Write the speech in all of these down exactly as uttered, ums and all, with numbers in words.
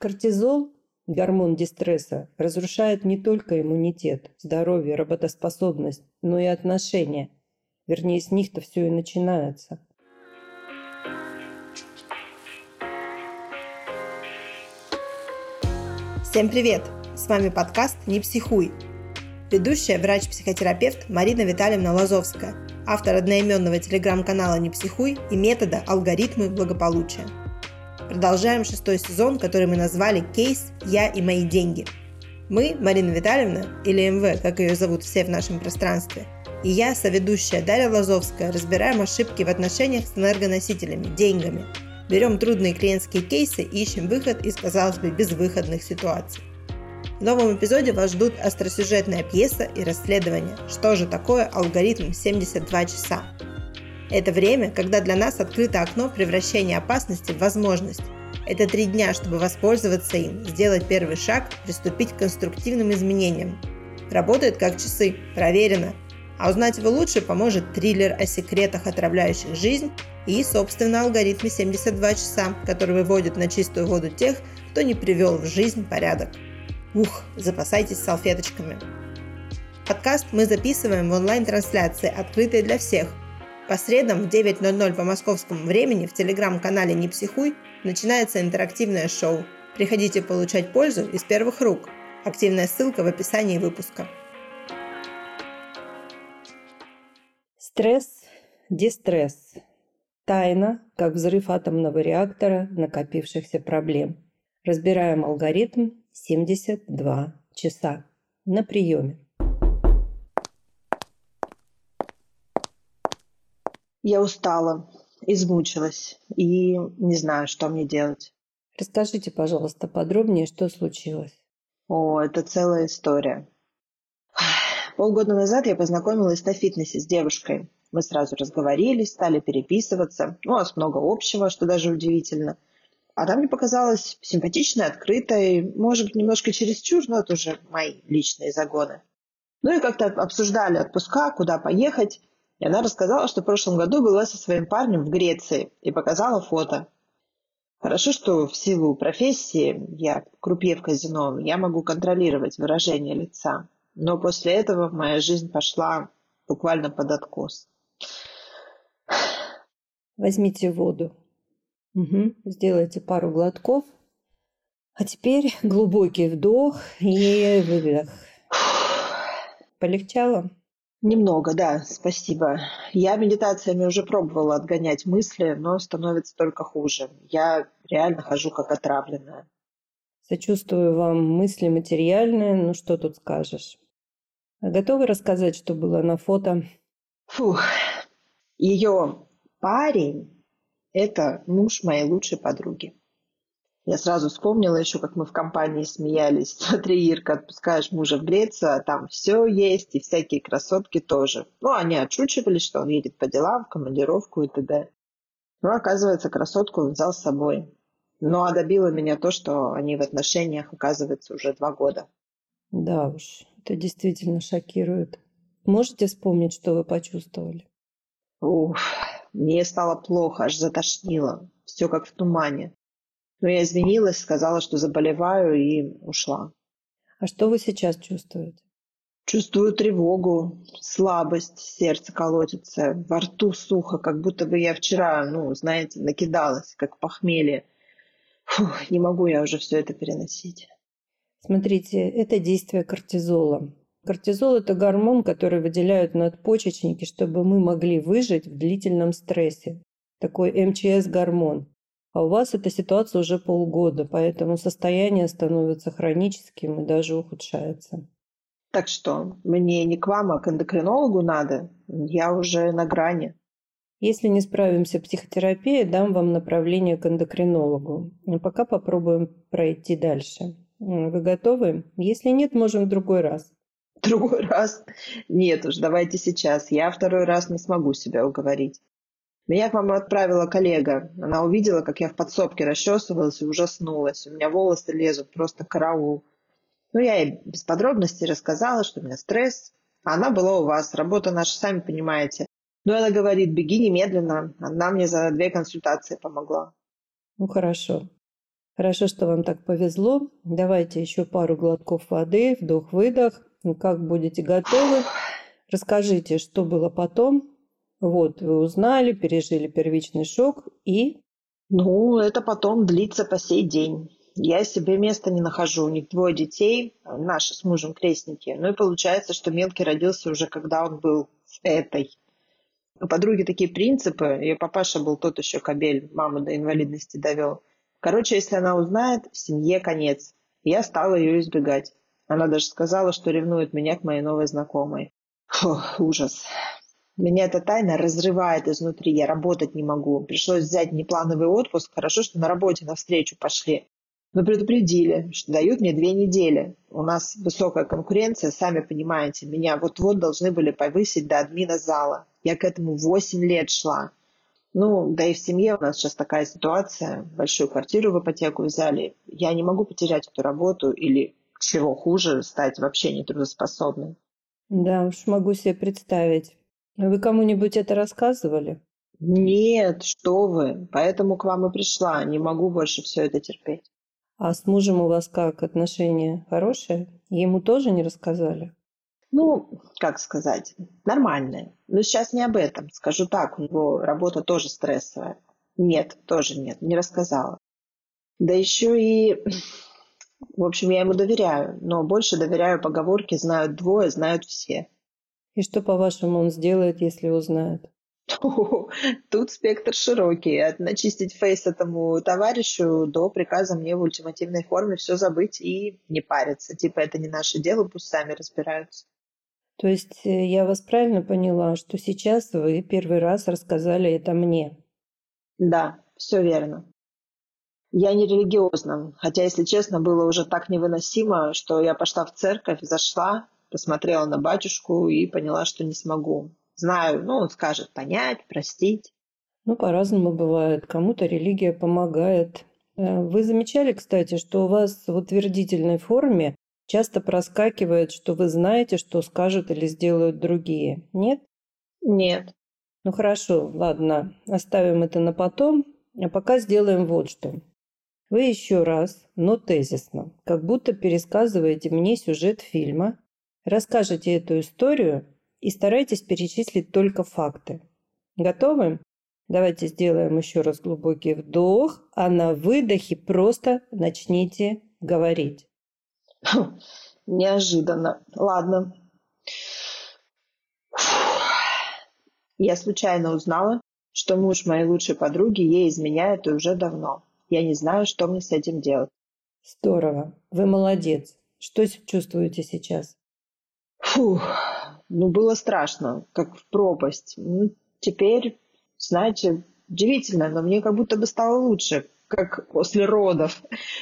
Кортизол, гормон дистресса, разрушает не только иммунитет, здоровье, работоспособность, но и отношения. Вернее, с них-то все и начинается. Всем привет! С вами подкаст «Не психуй». Ведущая врач-психотерапевт Марина Витальевна Лазовская, автор одноименного телеграм-канала «Не психуй» и метода «Алгоритмы благополучия». Продолжаем шестой сезон, который мы назвали «Кейс. Я и мои деньги». Мы, Марина Витальевна, или МВ, как ее зовут все в нашем пространстве, и я, соведущая Дарья Лазовская, разбираем ошибки в отношениях с энергоносителями, деньгами. Берем трудные клиентские кейсы и ищем выход из, казалось бы, безвыходных ситуаций. В новом эпизоде вас ждут остросюжетная пьеса и расследование. Что же такое алгоритм семьдесят два часа? Это время, когда для нас открыто окно превращения опасности в возможность. Это три дня, чтобы воспользоваться им, сделать первый шаг, приступить к конструктивным изменениям. Работает как часы, проверено. А узнать его лучше поможет триллер о секретах, отравляющих жизнь, и, собственно, алгоритме семьдесят два часа, который выводит на чистую воду тех, кто не привел в жизнь порядок. Ух, запасайтесь салфеточками. Подкаст мы записываем в онлайн-трансляции, открытой для всех. По средам в девять ноль ноль по московскому времени в телеграм-канале «Не психуй» начинается интерактивное шоу. Приходите получать пользу из первых рук. Активная ссылка в описании выпуска. Стресс, дистресс. Тайна, как взрыв атомного реактора накопившихся проблем. Разбираем алгоритм семьдесят два часа. На приеме. Я устала, измучилась и не знаю, что мне делать. Расскажите, пожалуйста, подробнее, что случилось. О, это целая история. Полгода назад я познакомилась на фитнесе с девушкой. Мы сразу разговорились, стали переписываться. Ну, у нас много общего, что даже удивительно. Она мне показалась симпатичной, открытой, может быть, немножко чересчур, но это уже мои личные загоны. Ну и как-то обсуждали отпуска, куда поехать. И она рассказала, что в прошлом году была со своим парнем в Греции и показала фото. Хорошо, что в силу профессии, я крупье в казино, я могу контролировать выражение лица. Но после этого моя жизнь пошла буквально под откос. Возьмите воду. Угу. Сделайте пару глотков. А теперь глубокий вдох и выдох. Полегчало? Немного, да, спасибо. Я медитациями уже пробовала отгонять мысли, но становится только хуже. Я реально хожу как отравленная. Сочувствую вам, мысли материальные, ну что тут скажешь. А готовы рассказать, что было на фото? Фух. Ее парень – это муж моей лучшей подруги. Я сразу вспомнила еще, как мы в компании смеялись. Смотри, Ирка, отпускаешь мужа в Грецию, а там все есть, и всякие красотки тоже. Ну, они отшучивались, что он едет по делам, в командировку и т.д. Но, оказывается, красотку он взял с собой. Ну, а добило меня то, что они в отношениях, оказывается, уже два года. Да уж, это действительно шокирует. Можете вспомнить, что вы почувствовали? Уф, мне стало плохо, аж затошнило. Все как в тумане. Но я извинилась, сказала, что заболеваю, и ушла. А что вы сейчас чувствуете? Чувствую тревогу, слабость, сердце колотится, во рту сухо, как будто бы я вчера, ну, знаете, накидалась, как похмелье. Фух, не могу я уже все это переносить. Смотрите, это действие кортизола. Кортизол – это гормон, который выделяют надпочечники, чтобы мы могли выжить в длительном стрессе. Такой эм че эс-гормон. А у вас эта ситуация уже полгода, поэтому состояние становится хроническим и даже ухудшается. Так что, мне не к вам, а к эндокринологу надо? Я уже на грани. Если не справимся психотерапией, дам вам направление к эндокринологу. А пока попробуем пройти дальше. Вы готовы? Если нет, можем в другой раз. Другой раз? Нет уж, давайте сейчас. Я второй раз не смогу себя уговорить. Меня к вам отправила коллега. Она увидела, как я в подсобке расчесывалась и ужаснулась. У меня волосы лезут, просто караул. Ну, я ей без подробностей рассказала, что у меня стресс. А она была у вас. Работа наша, сами понимаете. Но она говорит, беги немедленно. Она мне за две консультации помогла. Ну, хорошо. Хорошо, что вам так повезло. Давайте еще пару глотков воды, вдох-выдох. И как будете готовы, расскажите, что было потом. Вот, вы узнали, пережили первичный шок и... Ну, это потом длится по сей день. Я себе места не нахожу. У них двое детей, наши с мужем крестники. Ну и получается, что мелкий родился уже, когда он был в этой. У подруги такие принципы. Ее папаша был тот еще кобель, маму до инвалидности довел. Короче, если она узнает, в семье конец. Я стала ее избегать. Она даже сказала, что ревнует меня к моей новой знакомой. Фу, ужас. Меня эта тайна разрывает изнутри. Я работать не могу. Пришлось взять неплановый отпуск. Хорошо, что на работе навстречу пошли. Мы предупредили, что дают мне две недели. У нас высокая конкуренция, сами понимаете. Меня вот-вот должны были повысить до админа зала. Я к этому восемь лет шла. Ну, да и в семье у нас сейчас такая ситуация. Большую квартиру в ипотеку взяли. Я не могу потерять эту работу или, чего хуже, стать вообще нетрудоспособной. Да уж, могу себе представить. Вы кому-нибудь это рассказывали? Нет, что вы. Поэтому к вам и пришла. Не могу больше все это терпеть. А с мужем у вас как, отношения хорошие? Ему тоже не рассказали? Ну, как сказать, нормальные. Но сейчас не об этом. Скажу так, у него работа тоже стрессовая. Нет, тоже нет, не рассказала. Да еще и... В общем, я ему доверяю, но больше доверяю поговорке «знают двое, знают все». И что, по-вашему, он сделает, если узнает? Тут спектр широкий. От начистить фейс этому товарищу до приказа мне в ультимативной форме все забыть и не париться. Типа это не наше дело, пусть сами разбираются. То есть э, я вас правильно поняла, что сейчас вы первый раз рассказали это мне? Да, все верно. Я не религиозна, хотя, если честно, было уже так невыносимо, что я пошла в церковь, зашла, посмотрела на батюшку и поняла, что не смогу. Знаю, ну, он скажет понять, простить. Ну, по-разному бывает. Кому-то религия помогает. Э, Вы замечали, кстати, что у вас в утвердительной форме часто проскакивает, что вы знаете, что скажут или сделают другие. Нет? Нет. Ну хорошо, ладно, оставим это на потом, а пока сделаем вот что. Вы еще раз, но тезисно, как будто пересказываете мне сюжет фильма, расскажете эту историю и старайтесь перечислить только факты. Готовы? Давайте сделаем еще раз глубокий вдох, а на выдохе просто начните говорить. Неожиданно. Ладно. Я случайно узнала, что муж моей лучшей подруги ей изменяет и уже давно. Я не знаю, что мне с этим делать. Здорово. Вы молодец. Что чувствуете сейчас? Фух, ну было страшно, как в пропасть. Ну, теперь, знаете, удивительно, но мне как будто бы стало лучше, как после родов.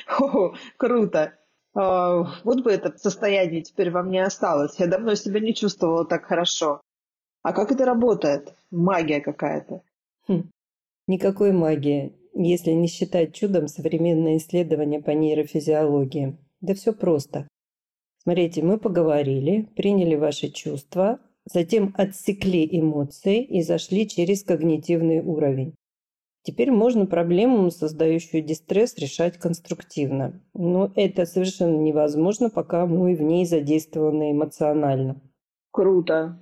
О, круто. А, вот бы это состояние теперь во мне осталось. Я давно себя не чувствовала так хорошо. А как это работает? Магия какая-то. Хм. Никакой магии, если не считать чудом современные исследования по нейрофизиологии. Да все просто. Смотрите, мы поговорили, приняли ваши чувства, затем отсекли эмоции и зашли через когнитивный уровень. Теперь можно проблему, создающую дистресс, решать конструктивно. Но это совершенно невозможно, пока мы в ней задействованы эмоционально. Круто.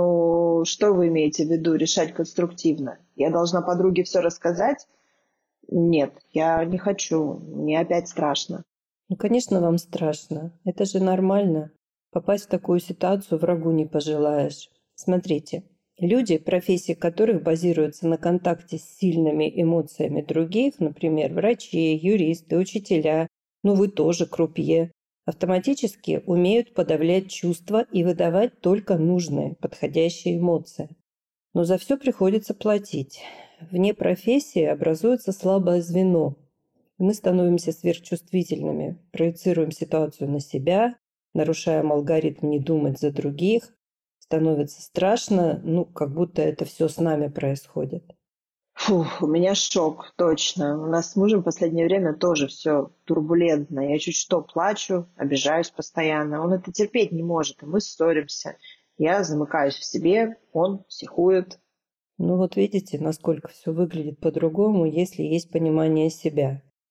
Ну, что вы имеете в виду решать конструктивно? Я должна подруге все рассказать? Нет, я не хочу. Мне опять страшно. Ну, конечно, вам страшно. Это же нормально. Попасть в такую ситуацию врагу не пожелаешь. Смотрите, люди, профессии которых базируются на контакте с сильными эмоциями других, например, врачи, юристы, учителя, ну вы тоже крупье, автоматически умеют подавлять чувства и выдавать только нужные, подходящие эмоции. Но за все приходится платить. Вне профессии образуется слабое звено. Мы становимся сверхчувствительными, проецируем ситуацию на себя, нарушаем алгоритм не думать за других. Становится страшно, ну, как будто это все с нами происходит. Фух, у меня шок, точно. У нас с мужем в последнее время тоже все турбулентно. Я чуть что плачу, обижаюсь постоянно. Он это терпеть не может, и мы ссоримся. Я замыкаюсь в себе, он психует. Ну вот видите, насколько все выглядит по-другому, если есть понимание себя.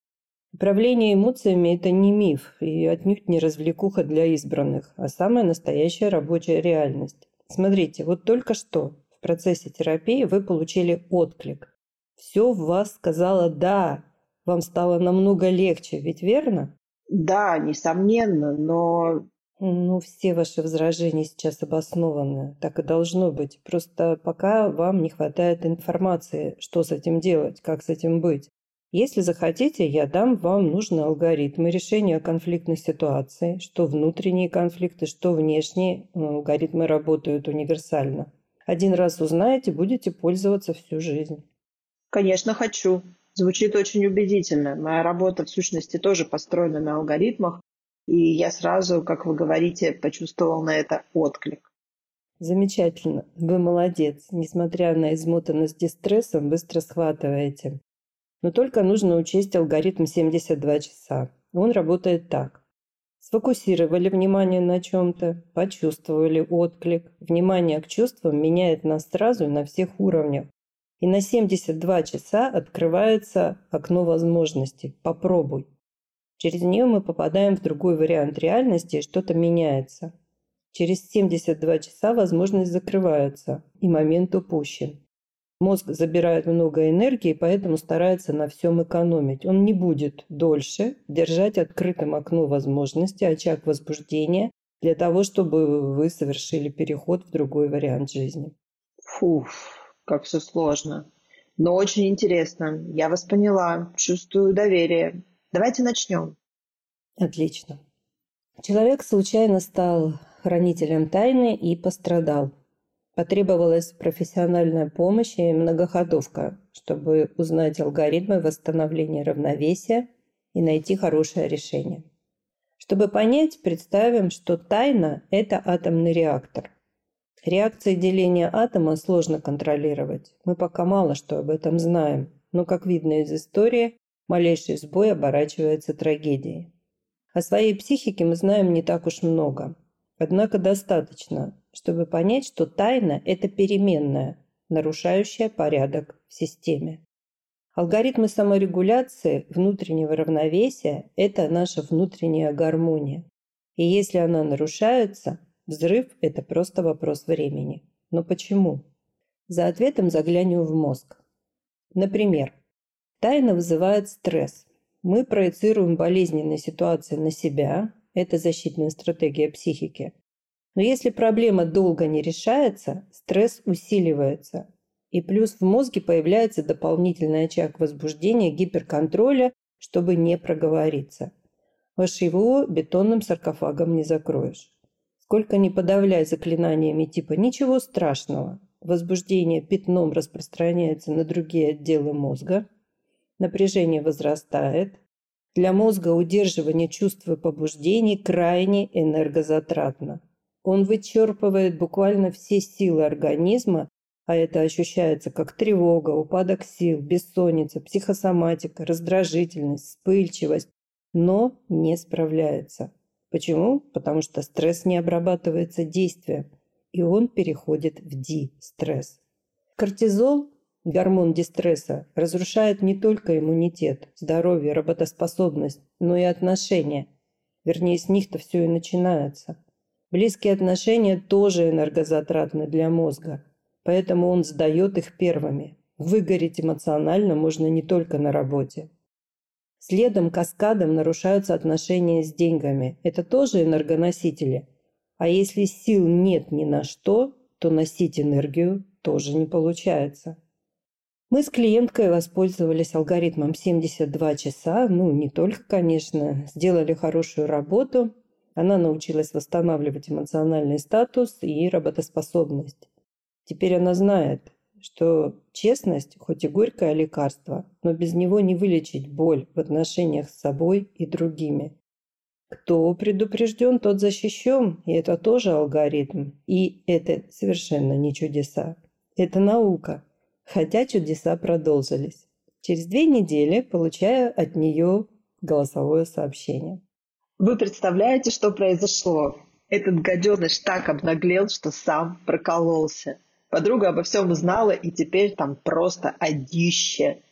Управление эмоциями – это не миф и отнюдь не развлекуха для избранных, а самая настоящая рабочая реальность. Смотрите, вот только что в процессе терапии вы получили отклик. Все в вас сказало «да», вам стало намного легче, ведь верно? Да, несомненно, но Ну, все ваши возражения сейчас обоснованы. Так и должно быть. Просто пока вам не хватает информации, что с этим делать, как с этим быть. Если захотите, я дам вам нужные алгоритмы решения конфликтных ситуаций, что внутренние конфликты, что внешние. Алгоритмы работают универсально. Один раз узнаете, будете пользоваться всю жизнь. конечно, хочу. Звучит очень убедительно. Моя работа, в сущности, тоже построена на алгоритмах, и я сразу, как вы говорите, почувствовал на это отклик. Замечательно. Вы молодец. Несмотря на измотанность и стрессом, быстро схватываете. Но только нужно учесть алгоритм семьдесят два часа. Он работает так. Сфокусировали внимание на чем-то, почувствовали отклик. Внимание к чувствам меняет нас сразу и на всех уровнях. И на семьдесят два часа открывается окно возможностей. Попробуй. Через нее мы попадаем в другой вариант реальности, и что-то меняется. Через семьдесят два часа возможность закрывается, и момент упущен. Мозг забирает много энергии, поэтому старается на всем экономить. Он не будет дольше держать открытым окно возможностей, очаг возбуждения, для того, чтобы вы совершили переход в другой вариант жизни. Фу, как все сложно. Но очень интересно. Я вас поняла. Чувствую доверие. Давайте начнем. Отлично. Человек случайно стал хранителем тайны и пострадал. Потребовалась профессиональная помощь и многоходовка, чтобы узнать алгоритмы восстановления равновесия и найти хорошее решение. Чтобы понять, представим, что тайна – это атомный реактор. Реакции деления атома сложно контролировать. Мы пока мало что об этом знаем, но, как видно из истории, малейший сбой оборачивается трагедией. О своей психике мы знаем не так уж много. Однако достаточно, чтобы понять, что тайна – это переменная, нарушающая порядок в системе. Алгоритмы саморегуляции внутреннего равновесия – это наша внутренняя гармония. И если она нарушается, взрыв – это просто вопрос времени. Но почему? За ответом заглянем в мозг. Например, тайна вызывает стресс. Мы проецируем болезненные ситуации на себя. Это защитная стратегия психики. Но если проблема долго не решается, стресс усиливается. И плюс в мозге появляется дополнительный очаг возбуждения, гиперконтроля, чтобы не проговориться. Ваше ИВО бетонным саркофагом не закроешь. Сколько ни подавляй заклинаниями типа «ничего страшного», возбуждение пятном распространяется на другие отделы мозга, напряжение возрастает. Для мозга удерживание чувства побуждений крайне энергозатратно. Он вычерпывает буквально все силы организма, а это ощущается как тревога, упадок сил, бессонница, психосоматика, раздражительность, вспыльчивость, но не справляется. Почему? Потому что стресс не обрабатывается действием, и он переходит в ди-стресс. Кортизол, гормон дистресса, разрушает не только иммунитет, здоровье, работоспособность, но и отношения. Вернее, с них-то все и начинается. Близкие отношения тоже энергозатратны для мозга, поэтому он сдает их первыми. Выгореть эмоционально можно не только на работе. Следом каскадом нарушаются отношения с деньгами. Это тоже энергоносители. А если сил нет ни на что, то носить энергию тоже не получается. Мы с клиенткой воспользовались алгоритмом семьдесят два часа. Ну, не только, конечно. Сделали хорошую работу. Она научилась восстанавливать эмоциональный статус и работоспособность. Теперь она знает, что честность, хоть и горькое лекарство, но без него не вылечить боль в отношениях с собой и другими. Кто предупрежден, тот защищен, и это тоже алгоритм. И это совершенно не чудеса. Это наука. Хотя чудеса продолжились. Через две недели получаю от нее голосовое сообщение. Вы представляете, что произошло? Этот гаденыш так обнаглел, что сам прокололся. Подруга обо всем узнала, и теперь там просто одище.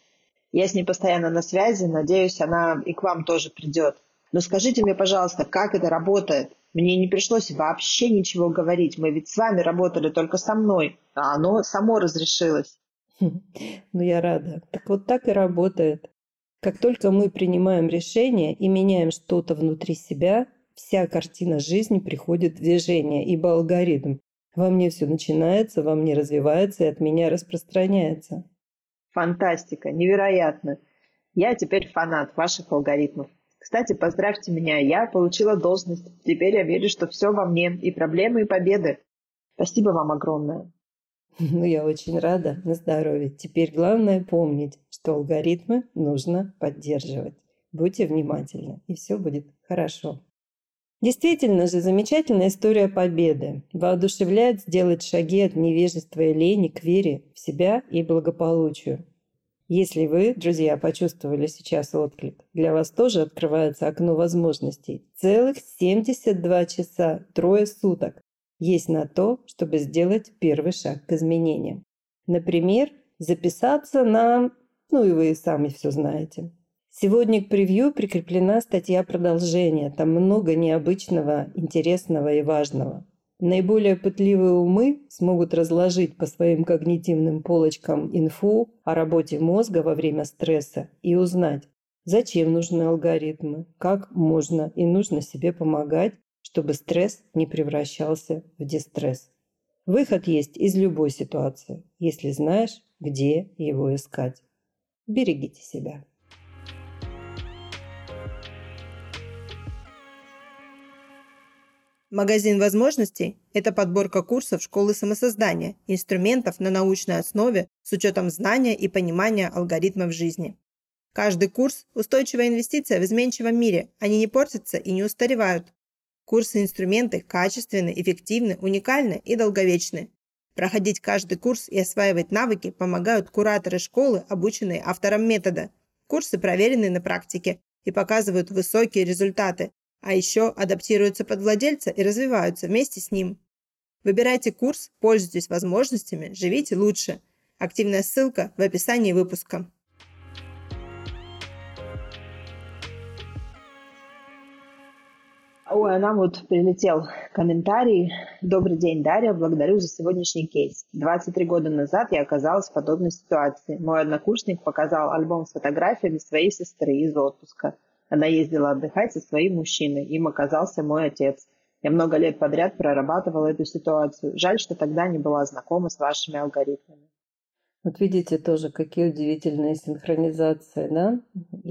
Я с ней постоянно на связи, надеюсь, она и к вам тоже придет. Но скажите мне, пожалуйста, как это работает? Мне не пришлось вообще ничего говорить. Мы ведь с вами работали только со мной, а оно само разрешилось. Ну, я рада. Так вот так и работает. Как только мы принимаем решение и меняем что-то внутри себя, вся картина жизни приходит в движение, ибо алгоритм. Во мне все начинается, во мне развивается и от меня распространяется. Фантастика, невероятно. Я теперь фанат ваших алгоритмов. Кстати, поздравьте меня, я получила должность. Теперь я верю, что все во мне, и проблемы, и победы. Спасибо вам огромное. Ну, я очень рада. На здоровье. Теперь главное помнить, что алгоритмы нужно поддерживать. Будьте внимательны, и все будет хорошо. Действительно же, замечательная история победы. Воодушевляет сделать шаги от невежества и лени к вере в себя и благополучию. Если вы, друзья, почувствовали сейчас отклик, для вас тоже открывается окно возможностей. Целых семьдесят два часа, трое суток есть на то, чтобы сделать первый шаг к изменениям. Например, записаться на... Ну и вы сами все знаете. Сегодня к превью прикреплена статья продолжения. Там много необычного, интересного и важного. Наиболее пытливые умы смогут разложить по своим когнитивным полочкам инфу о работе мозга во время стресса и узнать, зачем нужны алгоритмы, как можно и нужно себе помогать, чтобы стресс не превращался в дистресс. Выход есть из любой ситуации, если знаешь, где его искать. Берегите себя. Магазин возможностей – это подборка курсов школы самосоздания, инструментов на научной основе с учетом знания и понимания алгоритмов жизни. Каждый курс – устойчивая инвестиция в изменчивом мире, они не портятся и не устаревают. Курсы и инструменты качественны, эффективны, уникальны и долговечны. Проходить каждый курс и осваивать навыки помогают кураторы школы, обученные автором метода. Курсы проверены на практике и показывают высокие результаты, а еще адаптируются под владельца и развиваются вместе с ним. Выбирайте курс, пользуйтесь возможностями, живите лучше. Активная ссылка в описании выпуска. Ой, а нам вот прилетел комментарий. Добрый день, Дарья, благодарю за сегодняшний кейс. двадцать три года назад я оказалась в подобной ситуации. Мой однокурсник показал альбом с фотографиями своей сестры из отпуска. Она ездила отдыхать со своим мужчиной. Им оказался мой отец. Я много лет подряд прорабатывала эту ситуацию. Жаль, что тогда не была знакома с вашими алгоритмами. Вот видите тоже, какие удивительные синхронизации, да?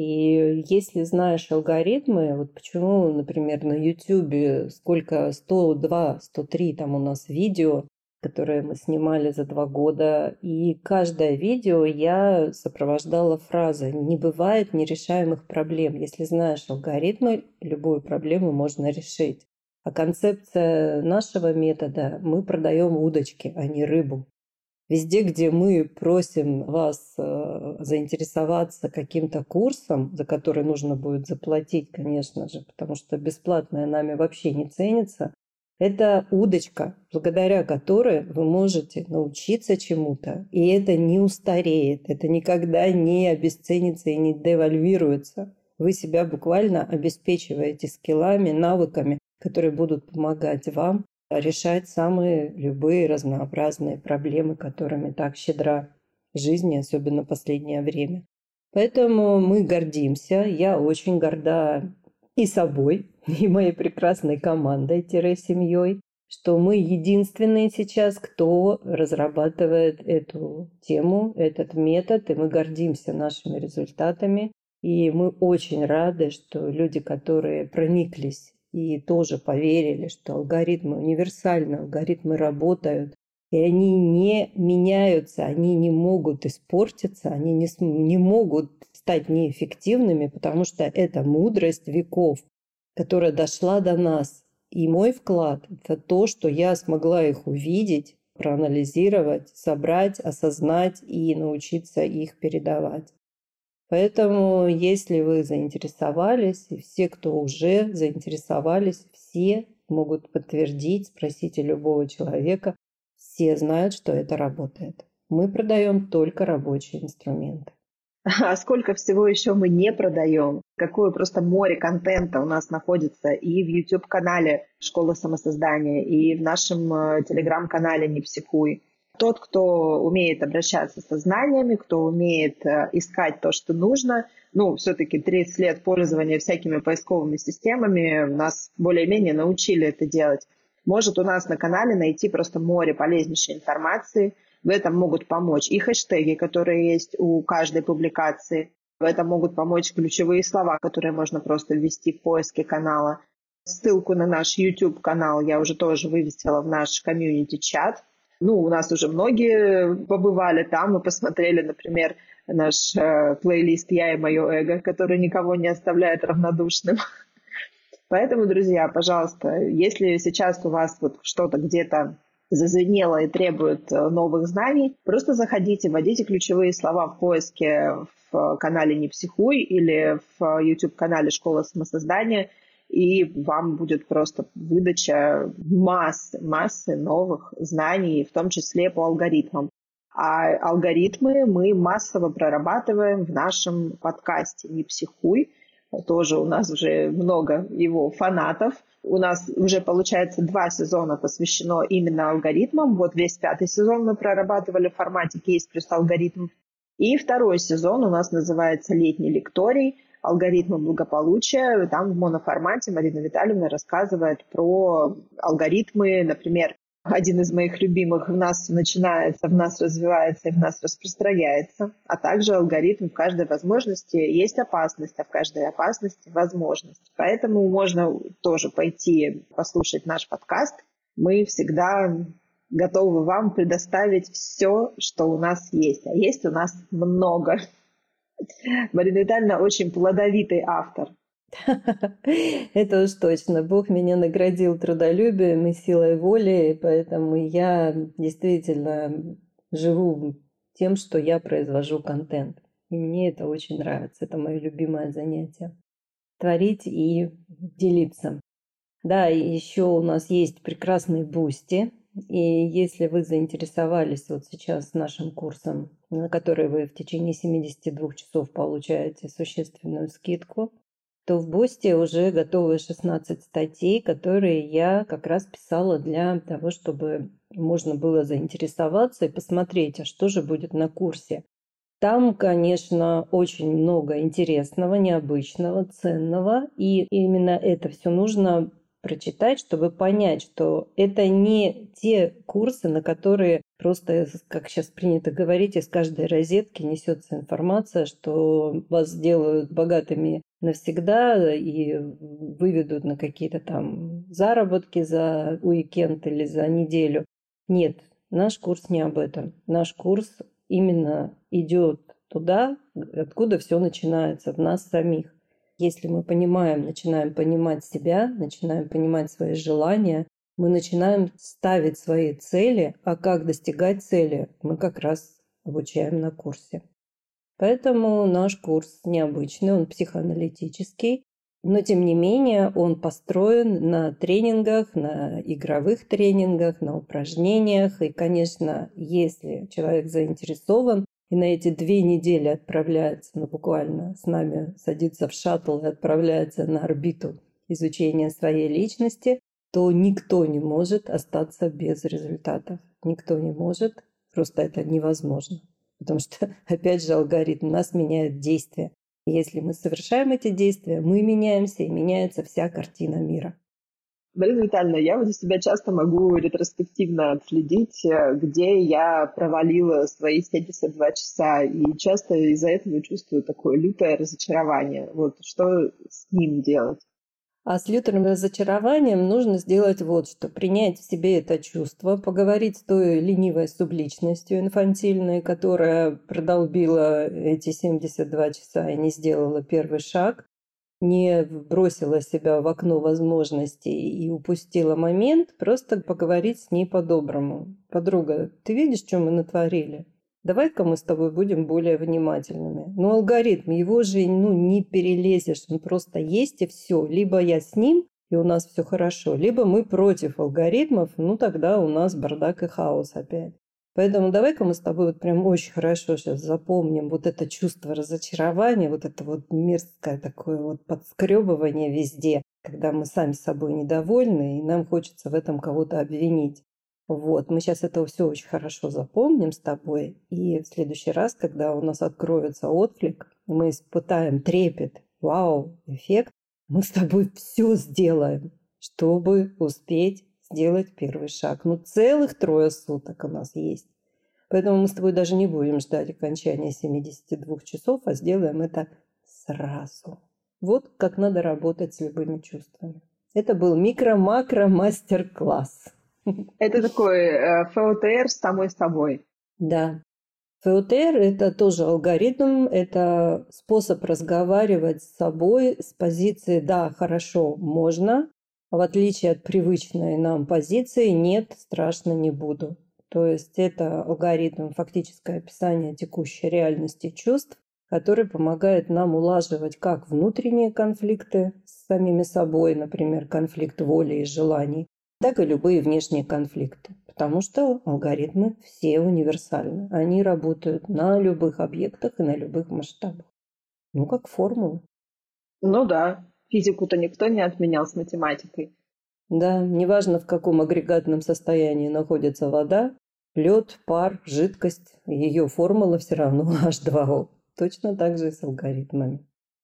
И если знаешь алгоритмы, вот почему, например, на YouTube сколько, сто два, сто три там у нас видео, которые мы снимали за два года, и каждое видео я сопровождала фразой «Не бывает нерешаемых проблем». Если знаешь алгоритмы, любую проблему можно решить. А концепция нашего метода – мы продаем удочки, а не рыбу. Везде, где мы просим вас э, заинтересоваться каким-то курсом, за который нужно будет заплатить, конечно же, потому что бесплатное нами вообще не ценится, это удочка, благодаря которой вы можете научиться чему-то, и это не устареет, это никогда не обесценится и не девальвируется. Вы себя буквально обеспечиваете скиллами, навыками, которые будут помогать вам решать самые любые разнообразные проблемы, которыми так щедра жизнь, особенно в последнее время. Поэтому мы гордимся, я очень горда и собой, и моей прекрасной командой-семьей, что мы единственные сейчас, кто разрабатывает эту тему, этот метод, и мы гордимся нашими результатами. И мы очень рады, что люди, которые прониклись и тоже поверили, что алгоритмы универсальны, алгоритмы работают, и они не меняются, они не могут испортиться, они не, не могут стать неэффективными, потому что это мудрость веков, которая дошла до нас. И мой вклад – это то, что я смогла их увидеть, проанализировать, собрать, осознать и научиться их передавать. Поэтому, если вы заинтересовались, и все, кто уже заинтересовались, все могут подтвердить, спросите любого человека, все знают, что это работает. Мы продаем только рабочие инструменты. а сколько всего еще мы не продаем, какое просто море контента у нас находится и в YouTube-канале «Школа самосоздания», и в нашем э, телеграм-канале «Не психуй». Тот, кто умеет обращаться со знаниями, кто умеет э, искать то, что нужно, ну, все-таки тридцать лет пользования всякими поисковыми системами нас более-менее научили это делать, может у нас на канале найти просто море полезнейшей информации. В этом могут помочь и хэштеги, которые есть у каждой публикации. В этом могут помочь ключевые слова, которые можно просто ввести в поиске канала. Ссылку на наш YouTube-канал я уже тоже вывесила в наш комьюнити-чат. Ну, у нас уже многие побывали там и посмотрели, например, наш э, плейлист «Я и мое эго», который никого не оставляет равнодушным. Поэтому, друзья, пожалуйста, если сейчас у вас вот что-то где-то зазвенело и требует новых знаний, просто заходите, вводите ключевые слова в поиске в канале «Не психуй» или в YouTube-канале «Школа самосоздания», и вам будет просто выдача массы, массы новых знаний, в том числе по алгоритмам. А алгоритмы мы массово прорабатываем в нашем подкасте «Не психуй». Тоже у нас уже много его фанатов. У нас уже, получается, два сезона посвящено именно алгоритмам. Вот весь пятый сезон мы прорабатывали в формате кейс плюс алгоритм. И второй сезон у нас называется «Летний лекторий. Алгоритмы благополучия». Там в моноформате Марина Витальевна рассказывает про алгоритмы, например, один из моих любимых: в нас начинается, в нас развивается и в нас распространяется. А также алгоритм: в каждой возможности есть опасность, а в каждой опасности возможность. Поэтому можно тоже пойти послушать наш подкаст. Мы всегда готовы вам предоставить все, что у нас есть. А есть у нас много. Марина Витальевна очень плодовитый автор. Это уж точно. Бог меня наградил трудолюбием и силой воли, поэтому я действительно живу тем, что я произвожу контент. И мне это очень нравится. Это мое любимое занятие. Творить и делиться. Да, и еще у нас есть прекрасный Бусти. И если вы заинтересовались вот сейчас нашим курсом, на который вы в течение семидесяти двух часов получаете существенную скидку, то в Бусти уже готовы шестнадцать статей, которые я как раз писала для того, чтобы можно было заинтересоваться и посмотреть, а что же будет на курсе. Там, конечно, очень много интересного, необычного, ценного, и именно это все нужно прочитать, чтобы понять, что это не те курсы, на которые просто, как сейчас принято говорить, из каждой розетки несется информация, что вас сделают богатыми навсегда и выведут на какие-то там заработки за уикенд или за неделю. Нет, наш курс не об этом. Наш курс именно идет туда, откуда все начинается, в нас самих. Если мы понимаем, начинаем понимать себя, начинаем понимать свои желания, мы начинаем ставить свои цели, а как достигать цели, мы как раз обучаем на курсе. Поэтому наш курс необычный, он психоаналитический, но тем не менее он построен на тренингах, на игровых тренингах, на упражнениях. И, конечно, если человек заинтересован и на эти две недели отправляется, ну буквально с нами садится в шаттл и отправляется на орбиту изучения своей личности, то никто не может остаться без результатов. Никто не может, просто это невозможно. Потому что, опять же, алгоритм нас меняет действия. И если мы совершаем эти действия, мы меняемся, и меняется вся картина мира. Марина Витальевна, я вот у себя часто могу ретроспективно отследить, где я провалила свои семьдесят два часа, и часто из-за этого чувствую такое лютое разочарование. Вот что с ним делать? А с лютым разочарованием нужно сделать вот что. Принять в себе это чувство, поговорить с той ленивой субличностью инфантильной, которая продолбила эти семьдесят два часа и не сделала первый шаг, не бросила себя в окно возможностей и упустила момент, просто поговорить с ней по-доброму. Подруга, ты видишь, что мы натворили? Давай-ка мы с тобой будем более внимательными. Но алгоритм, его же ну, не перелезешь, он просто есть и все. Либо я с ним, и у нас все хорошо, либо мы против алгоритмов, ну тогда у нас бардак и хаос опять. Поэтому давай-ка мы с тобой вот прям очень хорошо сейчас запомним вот это чувство разочарования, вот это вот мерзкое такое вот подскребывание везде, когда мы сами собой недовольны, и нам хочется в этом кого-то обвинить. Вот, мы сейчас это все очень хорошо запомним с тобой, и в следующий раз, когда у нас откроется отклик, мы испытаем трепет, вау, эффект, мы с тобой все сделаем, чтобы успеть сделать первый шаг. Ну, целых трое суток у нас есть. Поэтому мы с тобой даже не будем ждать окончания семидесяти двух часов, а сделаем это сразу. Вот как надо работать с любыми чувствами. Это был микро-макро-мастер-класс. Это такой э, эф о тэ эр с самой собой. Да. эф о тэ эр – это тоже алгоритм, это способ разговаривать с собой с позиции «да, хорошо, можно», в отличие от привычной нам позиции «нет, страшно, не буду». То есть это алгоритм, фактическое описание текущей реальности чувств, который помогает нам улаживать как внутренние конфликты с самими собой, например, конфликт воли и желаний, так и любые внешние конфликты. Потому что алгоритмы все универсальны. Они работают на любых объектах и на любых масштабах. Ну, как формулы. Ну да. Физику-то никто не отменял с математикой. Да, неважно, в каком агрегатном состоянии находится вода, лед, пар, жидкость, ее формула все равно эйч два о. Точно так же и с алгоритмами.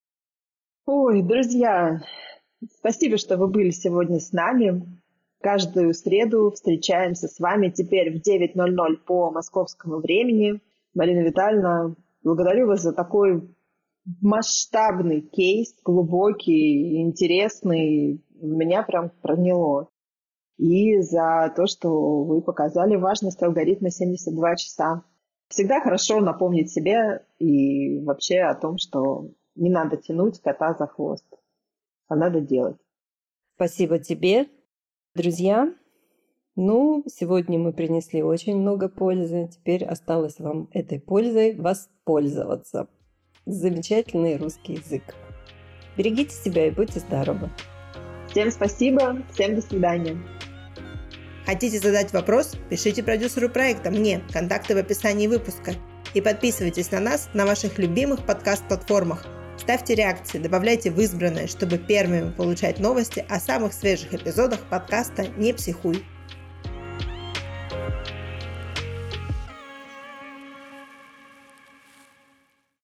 Ой, друзья, спасибо, что вы были сегодня с нами. Каждую среду встречаемся с вами теперь в девять ноль ноль по московскому времени. Марина Витальевна, благодарю вас за такой масштабный кейс, глубокий, интересный, меня прям проняло. И за то, что вы показали важность алгоритма семьдесят два часа. Всегда хорошо напомнить себе и вообще о том, что не надо тянуть кота за хвост, а надо делать. Спасибо тебе, друзья. Ну, сегодня мы принесли очень много пользы. Теперь осталось вам этой пользой воспользоваться. Замечательный русский язык. Берегите себя и будьте здоровы. Всем спасибо, всем до свидания. Хотите задать вопрос? Пишите продюсеру проекта мне, контакты в описании выпуска. И подписывайтесь на нас на ваших любимых подкаст-платформах. Ставьте реакции, добавляйте в избранное, чтобы первыми получать новости о самых свежих эпизодах подкаста «Не психуй».